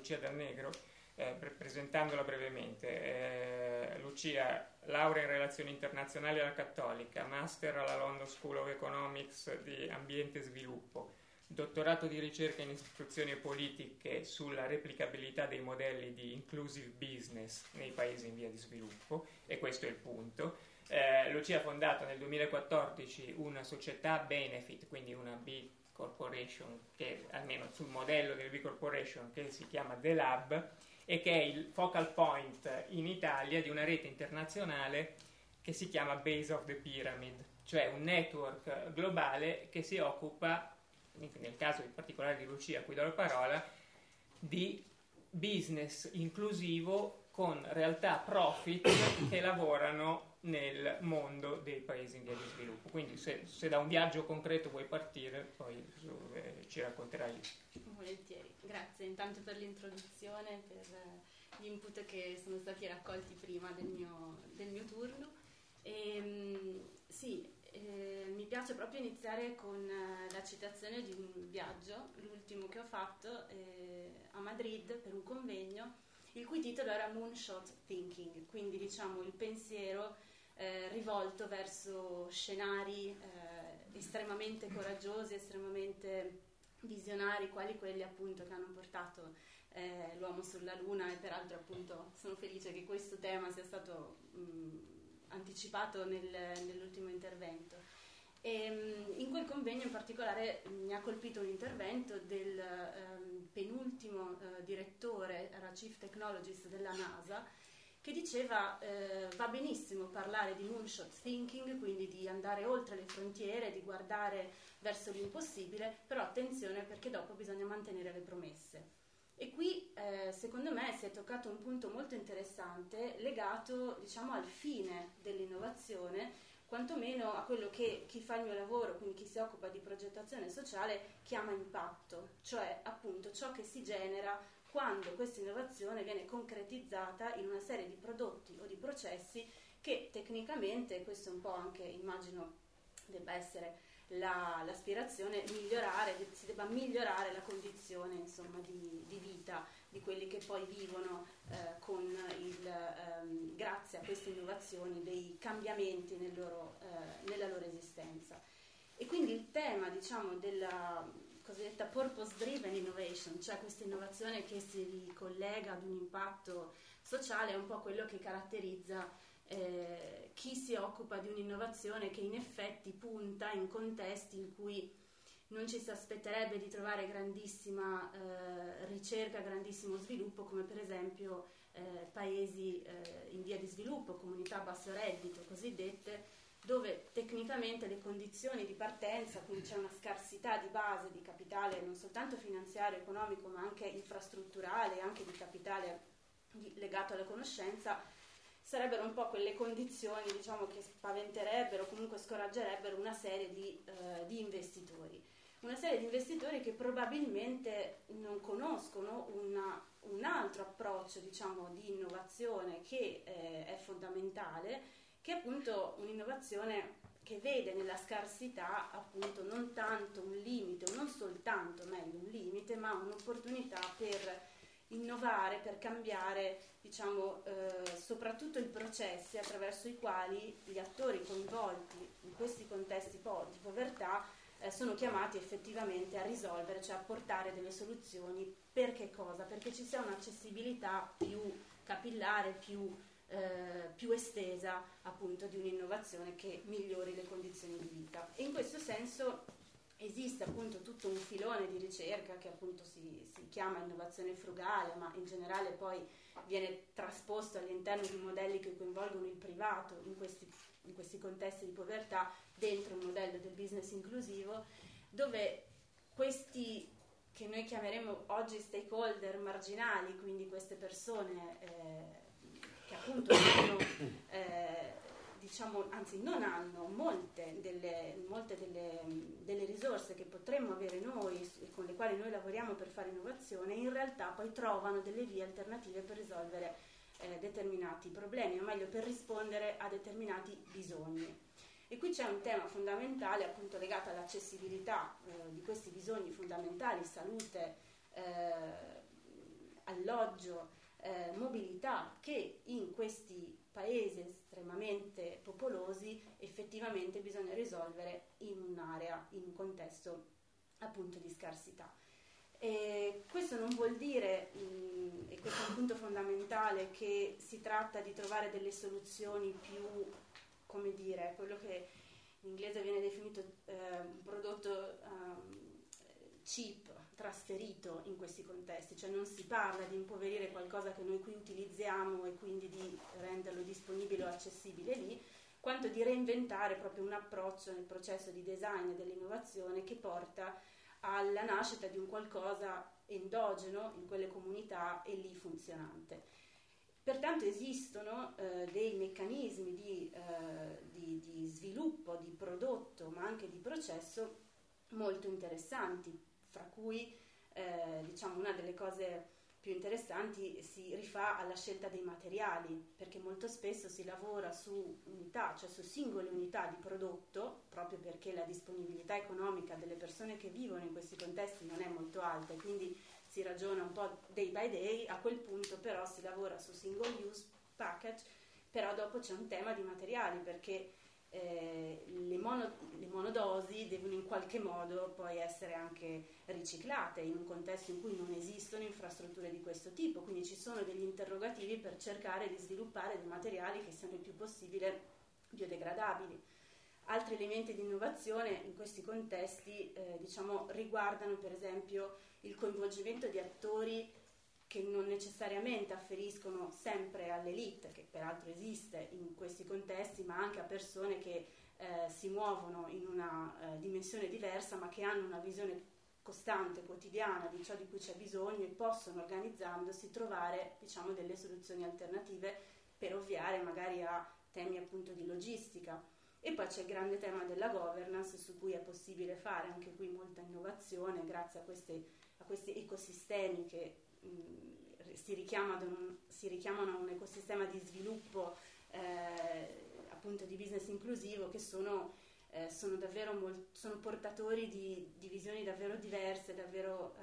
Lucia Dal Negro, presentandola brevemente. Lucia, laurea in relazioni internazionali alla Cattolica, master alla London School of Economics di ambiente e sviluppo, dottorato di ricerca in istituzioni e politiche sulla replicabilità dei modelli di inclusive business nei paesi in via di sviluppo, e questo è il punto. Lucia ha fondato nel 2014 una società benefit, quindi una B Corporation, che almeno sul modello del B Corporation, che si chiama The Lab, e che è il focal point in Italia di una rete internazionale che si chiama Base of the Pyramid, cioè un network globale che si occupa, nel caso in particolare di Lucia, a cui do la parola, di business inclusivo con realtà profit che lavorano nel mondo dei paesi in via di sviluppo. Quindi se da un viaggio concreto vuoi partire, poi ci racconterai. Volentieri, grazie intanto per l'introduzione, per gli input che sono stati raccolti prima del mio turno. Mi piace proprio iniziare con la citazione di un viaggio, l'ultimo che ho fatto a Madrid per un convegno, il cui titolo era Moonshot Thinking, quindi diciamo il pensiero rivolto verso scenari estremamente coraggiosi, estremamente visionari, quali quelli appunto che hanno portato l'uomo sulla Luna, e peraltro appunto sono felice che questo tema sia stato anticipato nell'ultimo intervento. In quel convegno in particolare mi ha colpito un intervento del penultimo direttore, era Chief Technologist della NASA, che diceva va benissimo parlare di moonshot thinking, quindi di andare oltre le frontiere, di guardare verso l'impossibile, però attenzione perché dopo bisogna mantenere le promesse. E qui secondo me si è toccato un punto molto interessante legato, diciamo, al fine dell'innovazione, quantomeno a quello che chi fa il mio lavoro, quindi chi si occupa di progettazione sociale, chiama impatto, cioè appunto ciò che si genera quando questa innovazione viene concretizzata in una serie di prodotti o di processi che tecnicamente, questo è un po' anche, immagino, debba essere l'aspirazione, si debba migliorare la condizione, insomma, di vita di quelli che poi vivono grazie a queste innovazioni, dei cambiamenti nella loro esistenza. E quindi il tema, diciamo, della cosiddetta purpose driven innovation, cioè questa innovazione che si ricollega ad un impatto sociale, è un po' quello che caratterizza chi si occupa di un'innovazione che in effetti punta in contesti in cui non ci si aspetterebbe di trovare grandissima ricerca, grandissimo sviluppo, come per esempio paesi in via di sviluppo, comunità a basso reddito cosiddette, dove tecnicamente le condizioni di partenza, quindi c'è una scarsità di base di capitale non soltanto finanziario, economico, ma anche infrastrutturale, anche di capitale legato alla conoscenza, sarebbero un po' quelle condizioni, diciamo, che spaventerebbero, comunque scoraggerebbero una serie di investitori. Una serie di investitori che probabilmente non conoscono un altro approccio, diciamo, di innovazione che è fondamentale, che è appunto un'innovazione che vede nella scarsità appunto non tanto un limite, o non soltanto, meglio, un limite, ma un'opportunità per innovare, per cambiare, diciamo, soprattutto i processi attraverso i quali gli attori coinvolti in questi contesti di povertà sono chiamati effettivamente a risolvere, cioè a portare delle soluzioni. Per che cosa? Perché ci sia un'accessibilità più capillare, più estesa appunto di un'innovazione che migliori le condizioni di vita. E in questo senso esiste appunto tutto un filone di ricerca che appunto si chiama innovazione frugale, ma in generale poi viene trasposto all'interno di modelli che coinvolgono il privato in questi contesti di povertà, dentro un modello del business inclusivo, dove questi che noi chiameremo oggi stakeholder marginali, quindi queste persone che appunto hanno, diciamo, anzi non hanno molte delle risorse che potremmo avere noi e con le quali noi lavoriamo per fare innovazione, in realtà poi trovano delle vie alternative per risolvere determinati problemi, o meglio per rispondere a determinati bisogni. E qui c'è un tema fondamentale appunto legato all'accessibilità di questi bisogni fondamentali, salute, alloggio, mobilità, che in questi paesi estremamente popolosi effettivamente bisogna risolvere in un'area, in un contesto appunto di scarsità. E questo non vuol dire, e questo è un punto fondamentale, che si tratta di trovare delle soluzioni più, come dire, quello che in inglese viene definito un prodotto cheap, trasferito in questi contesti, cioè non si parla di impoverire qualcosa che noi qui utilizziamo e quindi di renderlo disponibile o accessibile lì, quanto di reinventare proprio un approccio nel processo di design e dell'innovazione che porta alla nascita di un qualcosa endogeno in quelle comunità e lì funzionante. Pertanto esistono dei meccanismi di sviluppo, di prodotto, ma anche di processo molto interessanti, fra cui diciamo una delle cose più interessanti si rifà alla scelta dei materiali, perché molto spesso si lavora su unità, cioè su singole unità di prodotto, proprio perché la disponibilità economica delle persone che vivono in questi contesti non è molto alta e quindi si ragiona un po' day by day. A quel punto però si lavora su single use package, però dopo c'è un tema di materiali, perché le monodosi devono in qualche modo poi essere anche riciclate in un contesto in cui non esistono infrastrutture di questo tipo, quindi ci sono degli interrogativi per cercare di sviluppare dei materiali che siano il più possibile biodegradabili. Altri elementi di innovazione in questi contesti diciamo, riguardano per esempio il coinvolgimento di attori che non necessariamente afferiscono sempre all'elite, che peraltro esiste in questi contesti, ma anche a persone che si muovono in una dimensione diversa, ma che hanno una visione costante, quotidiana di ciò di cui c'è bisogno e possono, organizzandosi, trovare diciamo, delle soluzioni alternative per ovviare magari a temi appunto di logistica. E poi c'è il grande tema della governance, su cui è possibile fare anche qui molta innovazione grazie a questi ecosistemi che si richiamano a un ecosistema di sviluppo appunto di business inclusivo, che sono davvero sono portatori di visioni davvero diverse, davvero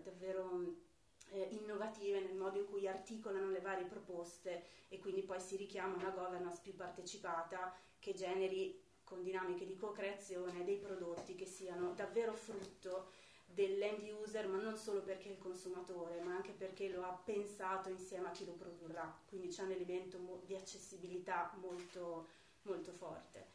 innovative nel modo in cui articolano le varie proposte, e quindi poi si richiama una governance più partecipata che generi con dinamiche di co-creazione dei prodotti che siano davvero frutto dell'end user, ma non solo perché è il consumatore, ma anche perché lo ha pensato insieme a chi lo produrrà, quindi c'è un elemento di accessibilità molto, molto forte.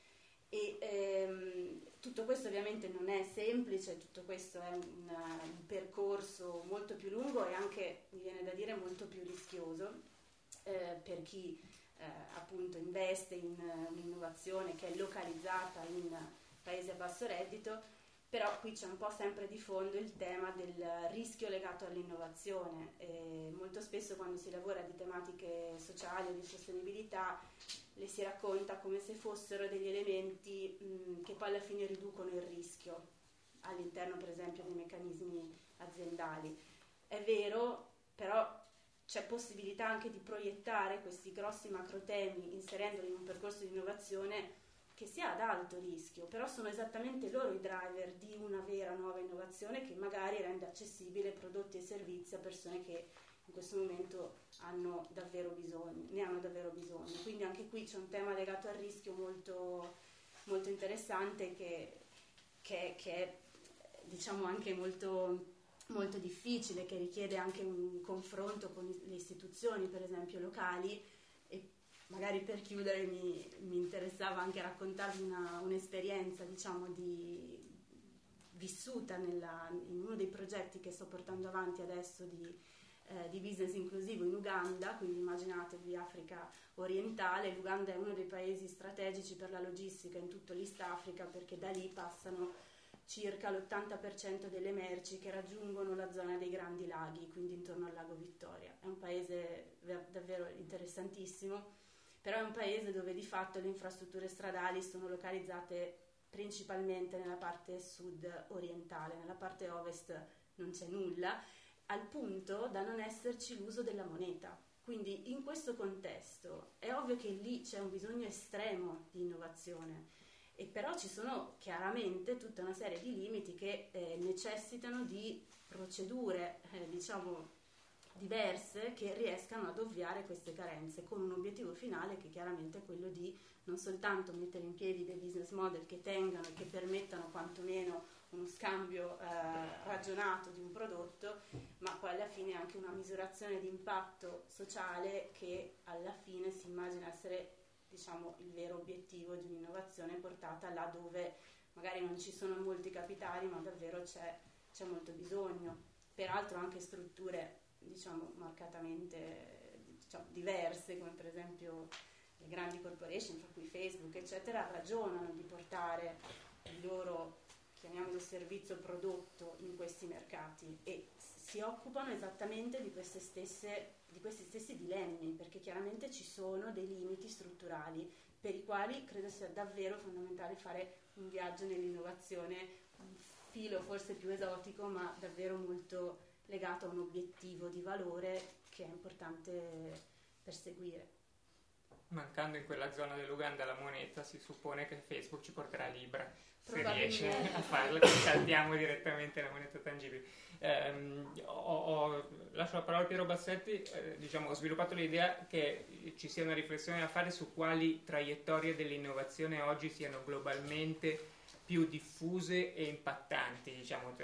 E tutto questo ovviamente non è semplice, tutto questo è un percorso molto più lungo e anche, mi viene da dire, molto più rischioso per chi appunto investe in un'innovazione che è localizzata in paesi a basso reddito. Però qui c'è un po' sempre di fondo il tema del rischio legato all'innovazione. Molto spesso quando si lavora di tematiche sociali o di sostenibilità le si racconta come se fossero degli elementi che poi alla fine riducono il rischio all'interno per esempio dei meccanismi aziendali. È vero, però c'è possibilità anche di proiettare questi grossi macro temi inserendoli in un percorso di innovazione che sia ad alto rischio, però sono esattamente loro i driver di una vera nuova innovazione che magari rende accessibile prodotti e servizi a persone che in questo momento ne hanno davvero bisogno. Quindi anche qui c'è un tema legato al rischio molto, molto interessante che è diciamo anche molto, molto difficile, che richiede anche un confronto con le istituzioni, per esempio locali. Magari per chiudere mi interessava anche raccontarvi un'esperienza diciamo vissuta in uno dei progetti che sto portando avanti adesso di business inclusivo in Uganda, quindi immaginatevi Africa orientale. L'Uganda è uno dei paesi strategici per la logistica in tutto l'East Africa, perché da lì passano circa l'80% delle merci che raggiungono la zona dei Grandi Laghi, quindi intorno al lago Vittoria. È un paese davvero interessantissimo, però è un paese dove di fatto le infrastrutture stradali sono localizzate principalmente nella parte sud orientale, nella parte ovest non c'è nulla, al punto da non esserci l'uso della moneta. Quindi in questo contesto è ovvio che lì c'è un bisogno estremo di innovazione, e però ci sono chiaramente tutta una serie di limiti che necessitano di procedure diciamo diverse che riescano ad ovviare queste carenze, con un obiettivo finale che chiaramente è quello di non soltanto mettere in piedi dei business model che tengano e che permettano quantomeno uno scambio ragionato di un prodotto, ma poi alla fine anche una misurazione di impatto sociale che alla fine si immagina essere, diciamo, il vero obiettivo di un'innovazione portata là dove magari non ci sono molti capitali, ma davvero c'è molto bisogno. Peraltro anche strutture, diciamo, marcatamente, diciamo, diverse, come per esempio le grandi corporation, fra cui Facebook, eccetera, ragionano di portare il loro, chiamiamolo, servizio prodotto in questi mercati e si occupano esattamente di questi stessi dilemmi, perché chiaramente ci sono dei limiti strutturali per i quali credo sia davvero fondamentale fare un viaggio nell'innovazione, un filo forse più esotico, ma davvero molto legato a un obiettivo di valore che è importante perseguire. Mancando in quella zona dell'Uganda la moneta, si suppone che Facebook ci porterà Libra, se riesce a farlo, che saltiamo direttamente la moneta tangibile. Lascio la parola a Piero Bassetti. Diciamo, ho sviluppato l'idea che ci sia una riflessione da fare su quali traiettorie dell'innovazione oggi siano globalmente più diffuse e impattanti. Diciamo,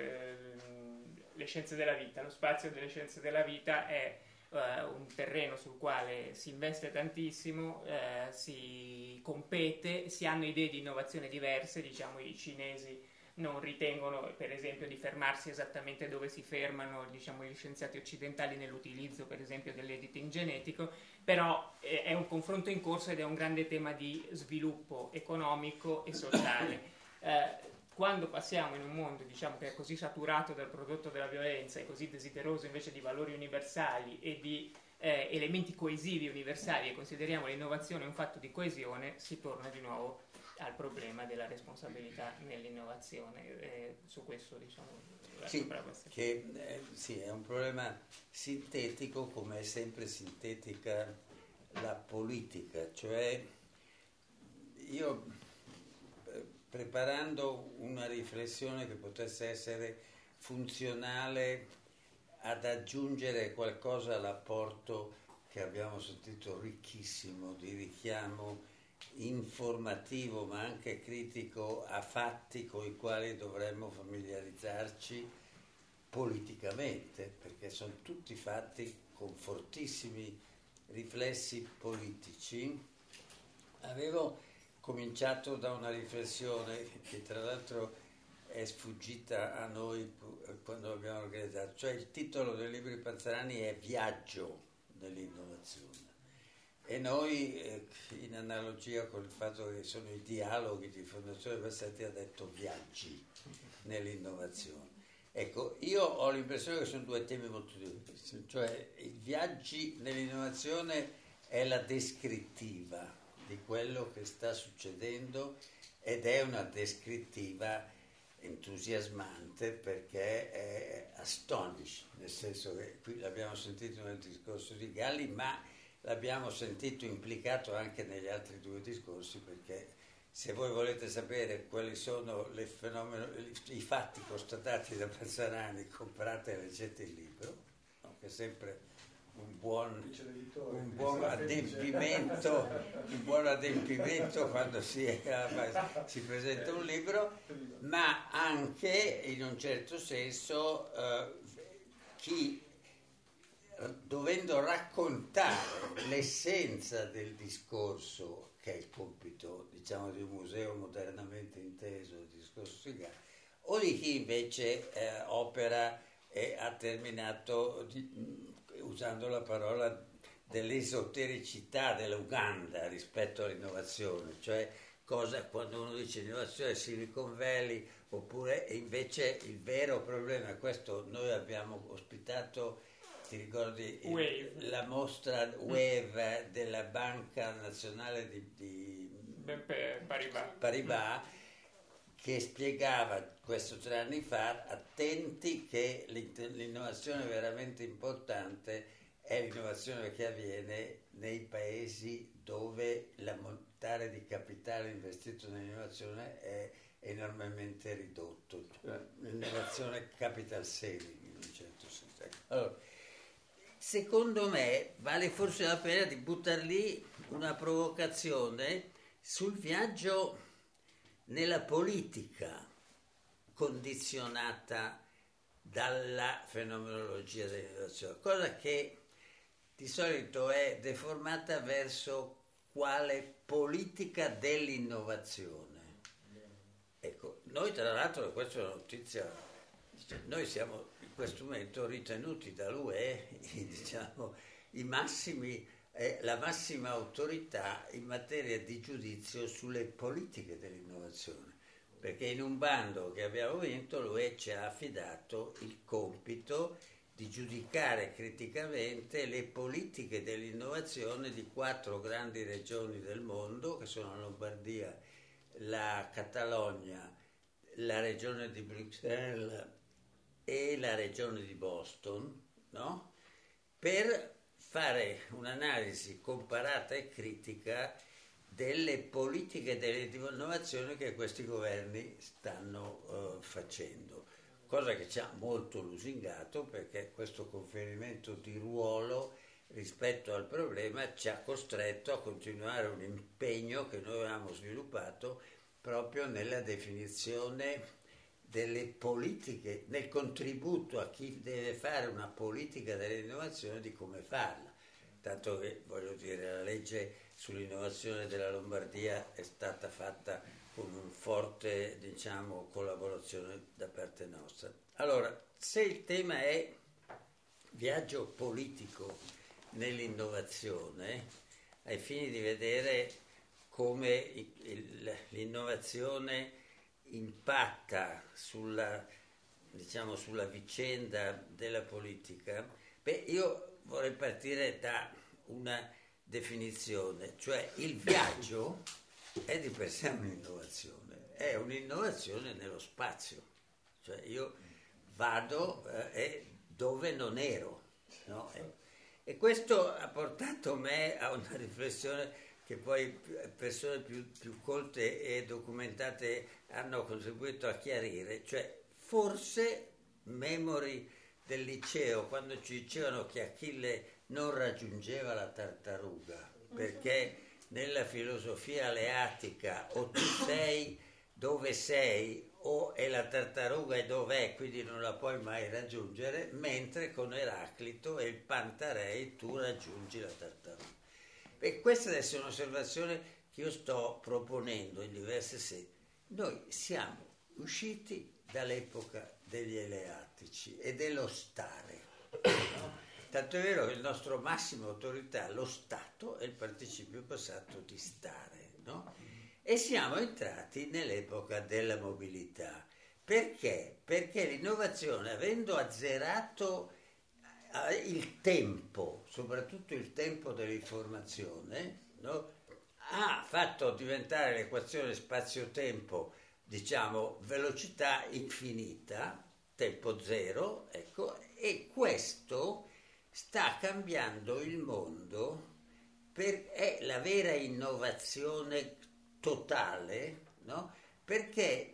le scienze della vita, lo spazio delle scienze della vita è un terreno sul quale si investe tantissimo, si compete, si hanno idee di innovazione diverse. Diciamo, i cinesi non ritengono, per esempio, di fermarsi esattamente dove si fermano, diciamo, gli scienziati occidentali nell'utilizzo, per esempio, dell'editing genetico, però è un confronto in corso ed è un grande tema di sviluppo economico e sociale. Quando passiamo in un mondo, diciamo, che è così saturato dal prodotto della violenza e così desideroso invece di valori universali e di elementi coesivi universali, e consideriamo l'innovazione un fatto di coesione, si torna di nuovo al problema della responsabilità nell'innovazione. Su questo, diciamo, sì, sì, è un problema sintetico, come è sempre sintetica la politica. Cioè, io, preparando una riflessione che potesse essere funzionale ad aggiungere qualcosa all'apporto che abbiamo sentito ricchissimo di richiamo informativo ma anche critico a fatti con i quali dovremmo familiarizzarci politicamente, perché sono tutti fatti con fortissimi riflessi politici. Avevo cominciato da una riflessione che tra l'altro è sfuggita a noi quando l'abbiamo organizzato, cioè il titolo del libro di Panzarani è Viaggio nell'innovazione, e noi in analogia con il fatto che sono i dialoghi di Fondazione Bassetti ha detto viaggi nell'innovazione. Ecco, io ho l'impressione che sono due temi molto diversi, cioè i viaggi nell'innovazione è la descrittiva di quello che sta succedendo ed è una descrittiva entusiasmante perché è astonish, nel senso che qui l'abbiamo sentito nel discorso di Galli, ma l'abbiamo sentito implicato anche negli altri due discorsi, perché se voi volete sapere quali sono i fatti constatati da Panzarani, comprate e leggete il libro, no? Che è sempre un buon adempimento quando si presenta un libro, ma anche in un certo senso chi, dovendo raccontare l'essenza del discorso, che è il compito, diciamo, di un museo modernamente inteso, il discorso Sigal, o di chi invece opera e ha terminato usando la parola dell'esotericità dell'Uganda rispetto all'innovazione, cioè cosa, quando uno dice innovazione Silicon Valley, oppure invece il vero problema, questo noi abbiamo ospitato, ti ricordi la mostra Wave della Banca Nazionale di Paribas, che spiegava questo 3 anni fa, attenti che l'innovazione veramente importante è l'innovazione che avviene nei paesi dove l'ammontare di capitale investito nell'innovazione è enormemente ridotto, l'innovazione capital saving in un certo senso. Allora, secondo me vale forse la pena di buttare lì una provocazione sul viaggio nella politica condizionata dalla fenomenologia dell'innovazione, cosa che di solito è deformata verso quale politica dell'innovazione. Ecco, noi tra l'altro, questa è una notizia, noi siamo in questo momento ritenuti dall'UE, diciamo, la massima autorità in materia di giudizio sulle politiche dell'innovazione, perché in un bando che abbiamo vinto l'UE ci ha affidato il compito di giudicare criticamente le politiche dell'innovazione di 4 grandi regioni del mondo, che sono la Lombardia, la Catalogna, la regione di Bruxelles e la regione di Boston, no? Per fare un'analisi comparata e critica delle politiche dell'innovazione che questi governi stanno facendo. Cosa che ci ha molto lusingato, perché questo conferimento di ruolo rispetto al problema ci ha costretto a continuare un impegno che noi avevamo sviluppato proprio nella definizione delle politiche, nel contributo a chi deve fare una politica dell'innovazione di come farla. Tanto che, voglio dire, la legge sull'innovazione della Lombardia è stata fatta con un forte, diciamo, collaborazione da parte nostra. Allora, se il tema è viaggio politico nell'innovazione, ai fini di vedere come l'innovazione impatta sulla vicenda della politica, io vorrei partire da una definizione, cioè il viaggio è di per sé un'innovazione, è un'innovazione nello spazio, cioè io vado dove non ero, no? E questo ha portato me a una riflessione che poi persone più colte e documentate hanno contribuito a chiarire, cioè forse memori del liceo, quando ci dicevano che Achille non raggiungeva la tartaruga, perché nella filosofia aleatica o tu sei dove sei o è la tartaruga e dov'è, quindi non la puoi mai raggiungere, mentre con Eraclito e il Pantarei tu raggiungi la tartaruga. E questa deve essere un'osservazione che io sto proponendo in diverse sedi. Noi siamo usciti dall'epoca degli eleatici e dello stare, no? Tanto è vero che il nostro massimo autorità, lo Stato, è il participio passato di stare, no? E siamo entrati nell'epoca della mobilità. Perché? Perché l'innovazione, avendo azzerato il tempo, soprattutto il tempo dell'informazione, no? Ha fatto diventare l'equazione spazio-tempo, diciamo, velocità infinita, tempo zero, ecco, e questo sta cambiando il mondo, è la vera innovazione totale, no? Perché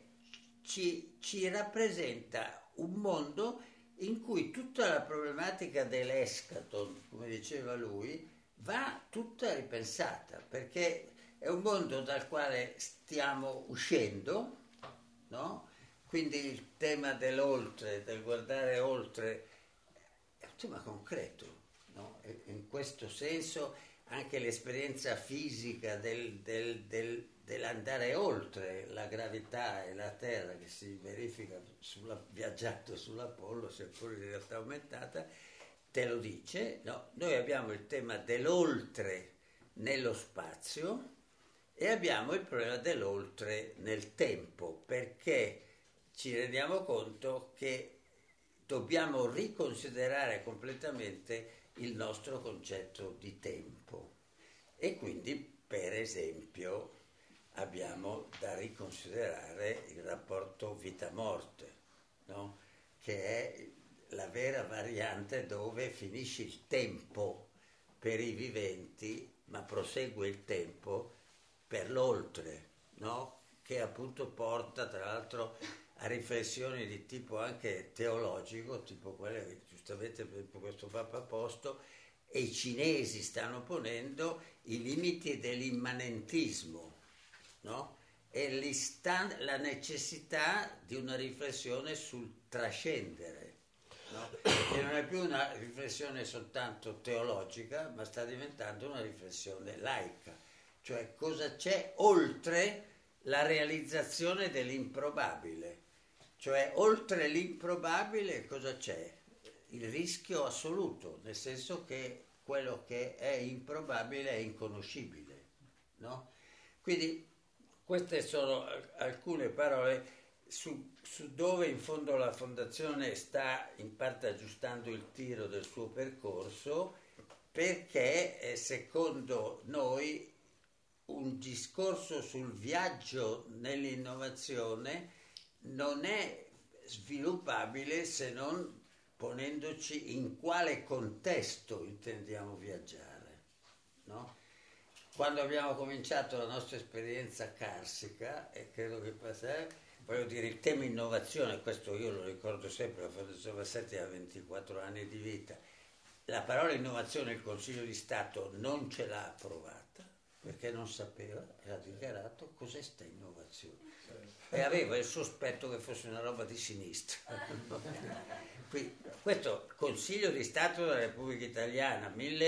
ci rappresenta un mondo in cui tutta la problematica dell'eschaton, come diceva lui, va tutta ripensata, perché è un mondo dal quale stiamo uscendo, no? Quindi il tema dell'oltre, del guardare oltre, è un tema concreto, no? E in questo senso anche l'esperienza fisica dell'andare oltre la gravità e la terra che si verifica viaggiando sull'Apollo, seppur in realtà aumentata, te lo dice, no? Noi abbiamo il tema dell'oltre nello spazio e abbiamo il problema dell'oltre nel tempo, perché ci rendiamo conto che dobbiamo riconsiderare completamente il nostro concetto di tempo e quindi, per esempio, abbiamo da riconsiderare il rapporto vita-morte, no? Che è la vera variante dove finisce il tempo per i viventi, ma prosegue il tempo per l'oltre, no? Che appunto porta tra l'altro a riflessioni di tipo anche teologico, tipo quelle che giustamente questo Papa ha posto, e i cinesi stanno ponendo i limiti dell'immanentismo, no? E la necessità di una riflessione sul trascendere, no? Che non è più una riflessione soltanto teologica, ma sta diventando una riflessione laica, cioè cosa c'è oltre la realizzazione dell'improbabile, cioè oltre l'improbabile cosa c'è? Il rischio assoluto, nel senso che quello che è improbabile è inconoscibile, no? Quindi queste sono alcune parole su dove in fondo la Fondazione sta in parte aggiustando il tiro del suo percorso, perché secondo noi un discorso sul viaggio nell'innovazione non è sviluppabile se non ponendoci in quale contesto intendiamo viaggiare, no? Quando abbiamo cominciato la nostra esperienza carsica, e credo che voglio dire, il tema innovazione, questo io lo ricordo sempre, la Fondazione Bassetti ha 24 anni di vita, la parola innovazione il Consiglio di Stato non ce l'ha approvata, perché non sapeva, e ha dichiarato cos'è sta innovazione, e aveva il sospetto che fosse una roba di sinistra. Qui, questo Consiglio di Stato della Repubblica Italiana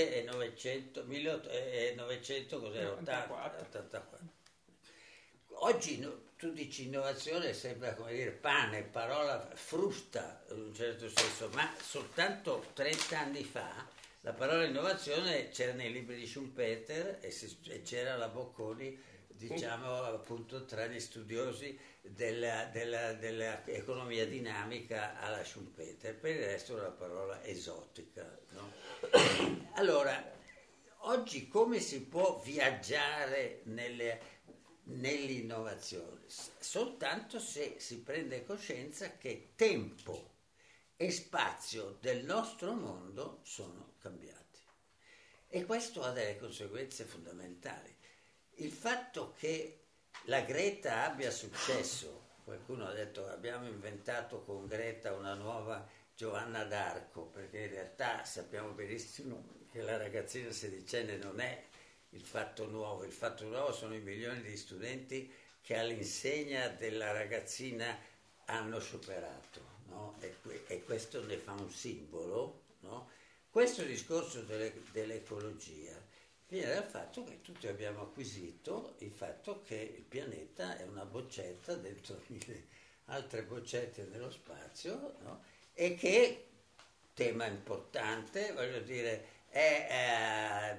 1900 cos'era? 84. Oggi tu dici innovazione, sembra come dire pane, parola frusta in un certo senso, ma soltanto 30 anni fa la parola innovazione c'era nei libri di Schumpeter e c'era la Bocconi, diciamo appunto tra gli studiosi dell'economia dinamica alla Schumpeter, per il resto è una parola esotica, no? Allora, oggi come si può viaggiare nell'innovazione? Soltanto se si prende coscienza che tempo e spazio del nostro mondo sono cambiati. E questo ha delle conseguenze fondamentali. Il fatto che la Greta abbia successo, qualcuno ha detto abbiamo inventato con Greta una nuova Giovanna d'Arco, perché in realtà sappiamo benissimo che la ragazzina sedicenne non è il fatto nuovo sono i milioni di studenti che all'insegna della ragazzina hanno superato, no? E questo ne fa un simbolo, no? Questo discorso dell'ecologia viene dal fatto che tutti abbiamo acquisito il fatto che il pianeta è una boccetta dentro 1000 altre boccette nello spazio, no? E che, tema importante, voglio dire, è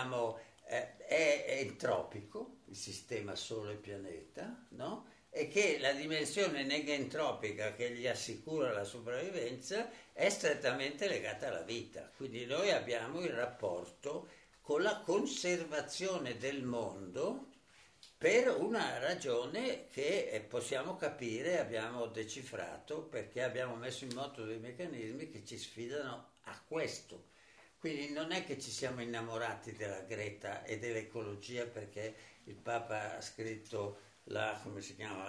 entropico, il sistema Sole-pianeta, no? E che la dimensione negaentropica che gli assicura la sopravvivenza è strettamente legata alla vita. Quindi noi abbiamo il rapporto con la conservazione del mondo per una ragione che possiamo capire, abbiamo decifrato, perché abbiamo messo in moto dei meccanismi che ci sfidano a questo. Quindi non è che ci siamo innamorati della Greta e dell'ecologia perché il Papa ha scritto come si chiama?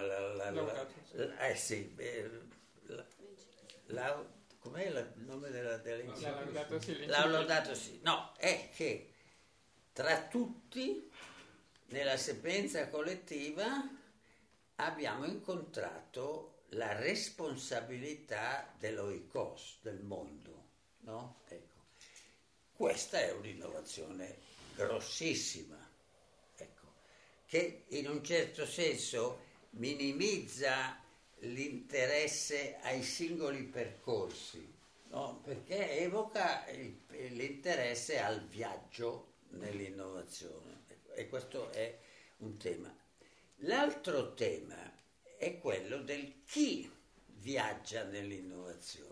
Com'è il nome dell'enciclica? Laudato Si. No, è che tra tutti, nella sapienza collettiva, abbiamo incontrato la responsabilità dell'oikos, del mondo, no? Ecco. Questa è un'innovazione grossissima, ecco, che in un certo senso minimizza l'interesse ai singoli percorsi, no? Perché evoca l'interesse al viaggio nell'innovazione, e questo è un tema. L'altro tema è quello del chi viaggia nell'innovazione.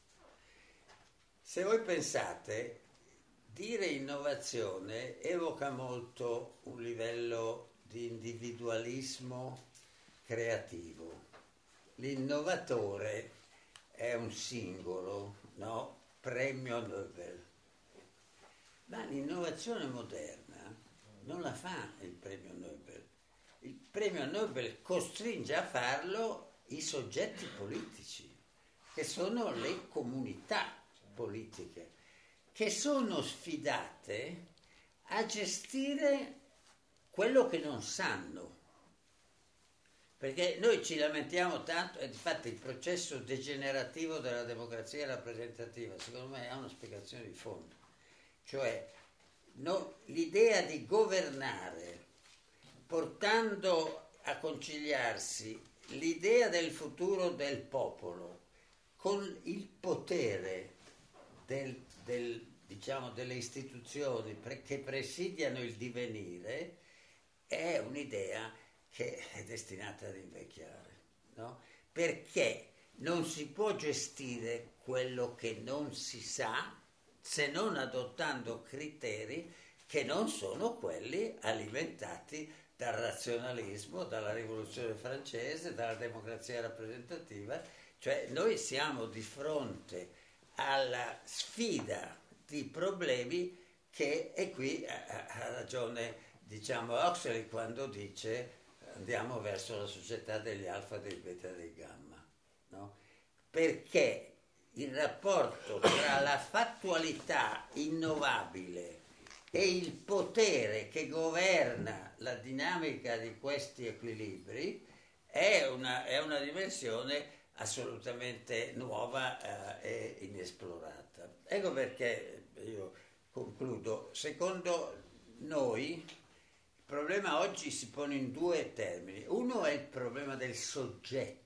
Se voi pensate, dire innovazione evoca molto un livello di individualismo creativo. L'innovatore è un singolo, no? Premio Nobel. Ma l'innovazione moderna non la fa il premio Nobel. Il premio Nobel costringe a farlo i soggetti politici, che sono le comunità politiche, che sono sfidate a gestire quello che non sanno. Perché noi ci lamentiamo tanto, e infatti il processo degenerativo della democrazia rappresentativa, secondo me, ha una spiegazione di fondo. Cioè, l'idea di governare portando a conciliarsi l'idea del futuro del popolo con il potere delle istituzioni che presidiano il divenire è un'idea che è destinata ad invecchiare, no? Perché non si può gestire quello che non si sa se non adottando criteri che non sono quelli alimentati dal razionalismo, dalla rivoluzione francese, dalla democrazia rappresentativa. Cioè noi siamo di fronte alla sfida di problemi che, e qui ha ragione, diciamo, Huxley quando dice andiamo verso la società degli alfa, dei beta e dei gamma, no? Perché il rapporto tra la fattualità innovabile e il potere che governa la dinamica di questi equilibri è una dimensione assolutamente nuova e inesplorata. Ecco perché io concludo. Secondo noi il problema oggi si pone in due termini. Uno è il problema del soggetto,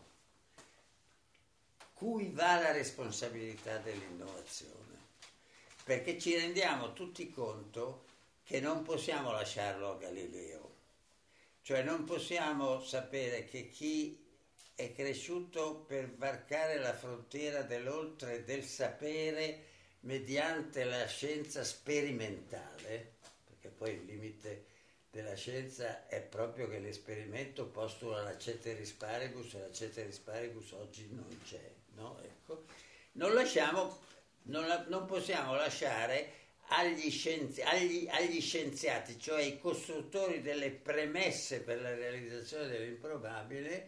cui va la responsabilità dell'innovazione, perché ci rendiamo tutti conto che non possiamo lasciarlo a Galileo, cioè non possiamo sapere che chi è cresciuto per varcare la frontiera dell'oltre del sapere mediante la scienza sperimentale, perché poi il limite della scienza è proprio che l'esperimento postula la ceteris paribus e la ceteris paribus oggi non c'è, no? Ecco. Non possiamo lasciare agli scienziati, cioè ai costruttori delle premesse per la realizzazione dell'improbabile,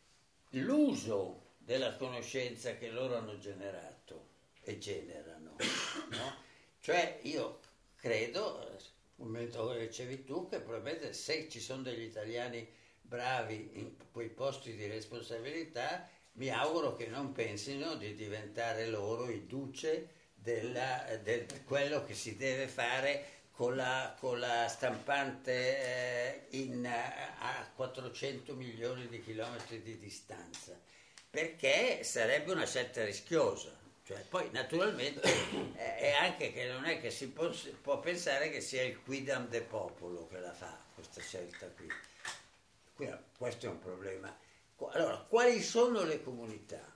l'uso della conoscenza che loro hanno generato e generano, no? Cioè io credo, nel momento che dicevi tu, che probabilmente se ci sono degli italiani bravi in quei posti di responsabilità, mi auguro che non pensino di diventare loro i duce di quello che si deve fare con la stampante a 400 milioni di chilometri di distanza, perché sarebbe una scelta rischiosa. Cioè, poi naturalmente è anche che non è che si può pensare che sia il quidam de popolo che la fa questa scelta qui. Quindi, questo è un problema. Allora, quali sono le comunità?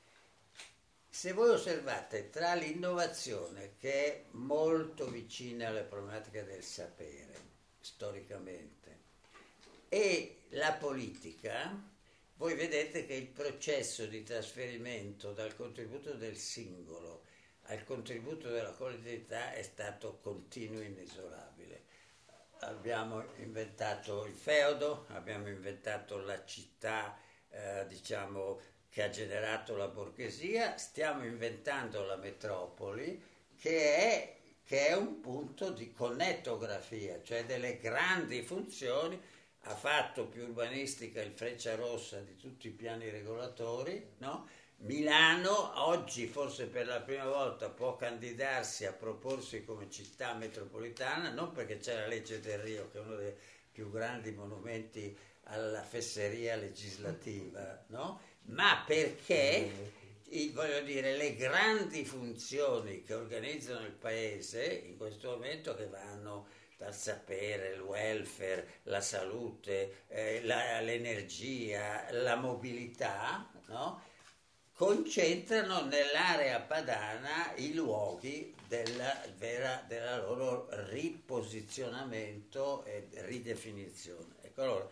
Se voi osservate, tra l'innovazione, che è molto vicina alle problematiche del sapere, storicamente, e la politica, voi vedete che il processo di trasferimento dal contributo del singolo al contributo della collettività è stato continuo e inesorabile. Abbiamo inventato il feudo, abbiamo inventato la città, diciamo, che ha generato la borghesia, stiamo inventando la metropoli, che è un punto di connetografia, cioè delle grandi funzioni. Ha fatto più urbanistica il Frecciarossa di tutti i piani regolatori, no? Milano oggi forse per la prima volta può candidarsi a proporsi come città metropolitana, non perché c'è la legge del Rio, che è uno dei più grandi monumenti alla fesseria legislativa, no? Ma perché, voglio dire, le grandi funzioni che organizzano il paese in questo momento, che vanno dal sapere, il welfare, la salute, l'energia, la mobilità, no? Concentrano nell'area padana i luoghi della loro riposizionamento e ridefinizione. Ecco, allora,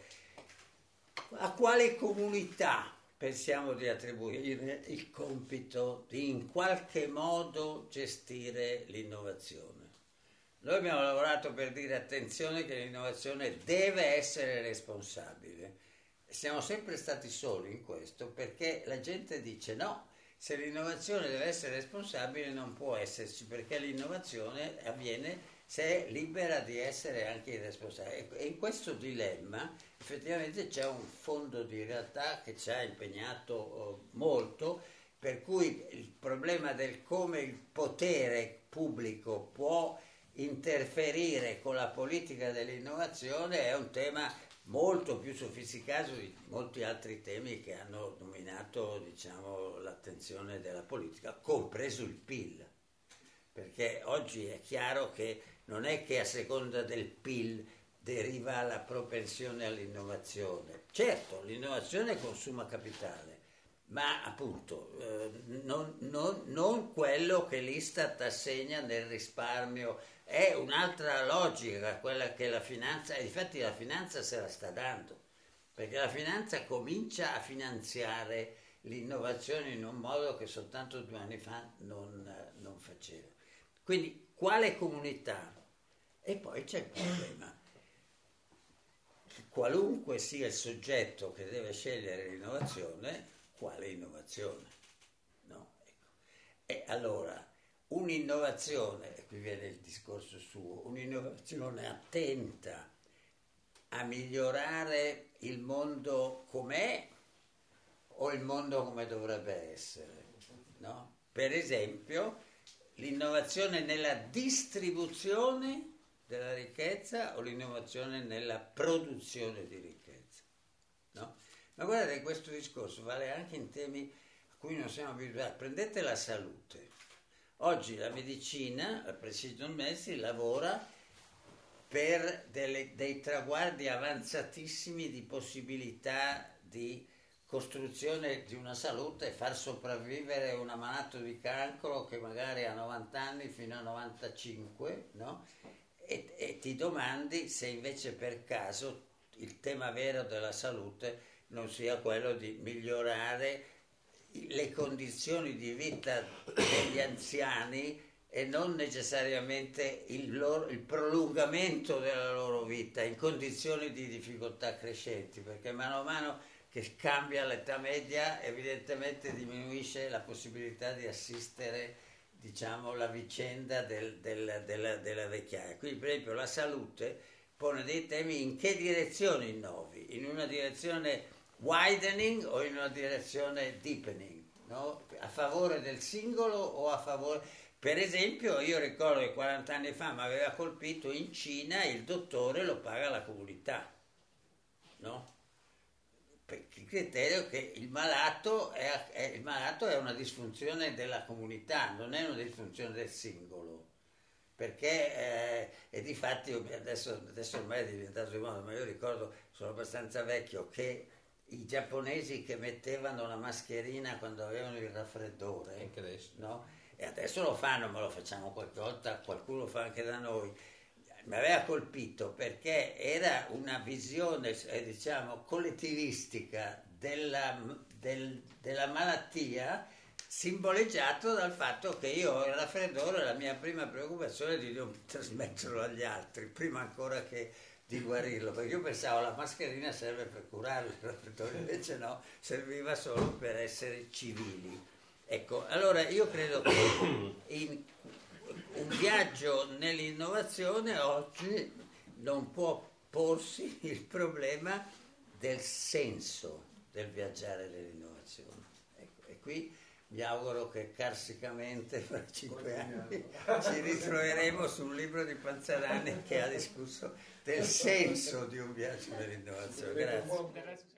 a quale comunità pensiamo di attribuire il compito di in qualche modo gestire l'innovazione? Noi abbiamo lavorato per dire attenzione che l'innovazione deve essere responsabile, siamo sempre stati soli in questo, perché la gente dice no, se l'innovazione deve essere responsabile non può esserci, perché l'innovazione avviene se è libera di essere anche irresponsabile. E in questo dilemma effettivamente c'è un fondo di realtà che ci ha impegnato molto, per cui il problema del come il potere pubblico può interferire con la politica dell'innovazione è un tema molto più sofisticato di molti altri temi che hanno dominato, diciamo, l'attenzione della politica, compreso il PIL, perché oggi è chiaro che non è che a seconda del PIL deriva la propensione all'innovazione. Certo, l'innovazione consuma capitale, ma appunto non quello che l'Istat assegna nel risparmio. È un'altra logica quella che la finanza, e infatti la finanza se la sta dando, perché la finanza comincia a finanziare l'innovazione in un modo che soltanto 2 anni fa non faceva. Quindi quale comunità? E poi c'è il problema, qualunque sia il soggetto che deve scegliere l'innovazione, quale innovazione? No? Ecco. E allora un'innovazione, e qui viene il discorso suo, un'innovazione attenta a migliorare il mondo com'è o il mondo come dovrebbe essere, no? Per esempio, l'innovazione nella distribuzione della ricchezza o l'innovazione nella produzione di ricchezza, no? Ma guardate, questo discorso vale anche in temi a cui non siamo abituati. Prendete la salute. Oggi la medicina, la Precision Medicine, lavora per dei traguardi avanzatissimi di possibilità di costruzione di una salute e far sopravvivere un ammalato di cancro che magari ha 90 anni fino a 95, no? E ti domandi se invece per caso il tema vero della salute non sia quello di migliorare le condizioni di vita degli anziani e non necessariamente il prolungamento della loro vita in condizioni di difficoltà crescenti, perché mano a mano che cambia l'età media evidentemente diminuisce la possibilità di assistere, diciamo, la vicenda della vecchiaia. Quindi per esempio la salute pone dei temi: in che direzione innovi? In una direzione widening o in una direzione deepening, no? A favore del singolo o a favore... Per esempio io ricordo che 40 anni fa mi aveva colpito, in Cina il dottore lo paga la comunità, no? Perché il criterio che il malato è una disfunzione della comunità, non è una disfunzione del singolo, perché e difatti adesso ormai è diventato di moda, ma io ricordo, sono abbastanza vecchio, che i giapponesi che mettevano la mascherina quando avevano il raffreddore, anche adesso, no? E adesso lo fanno, ma lo facciamo qualche volta, qualcuno lo fa anche da noi. Mi aveva colpito perché era una visione, diciamo, collettivistica della malattia, simboleggiato dal fatto che io ho il raffreddore, la mia prima preoccupazione è di non trasmetterlo agli altri, prima ancora che di guarirlo, perché io pensavo la mascherina serve per curarlo, il raffreddore invece no, serviva solo per essere civili. Ecco, allora io credo che un viaggio nell'innovazione oggi non può porsi il problema del senso del viaggiare nell'innovazione. Ecco, e qui mi auguro che carsicamente fra 5 anni ci ritroveremo su un libro di Panzarani che ha discusso del senso di un viaggio nell'innovazione. Grazie.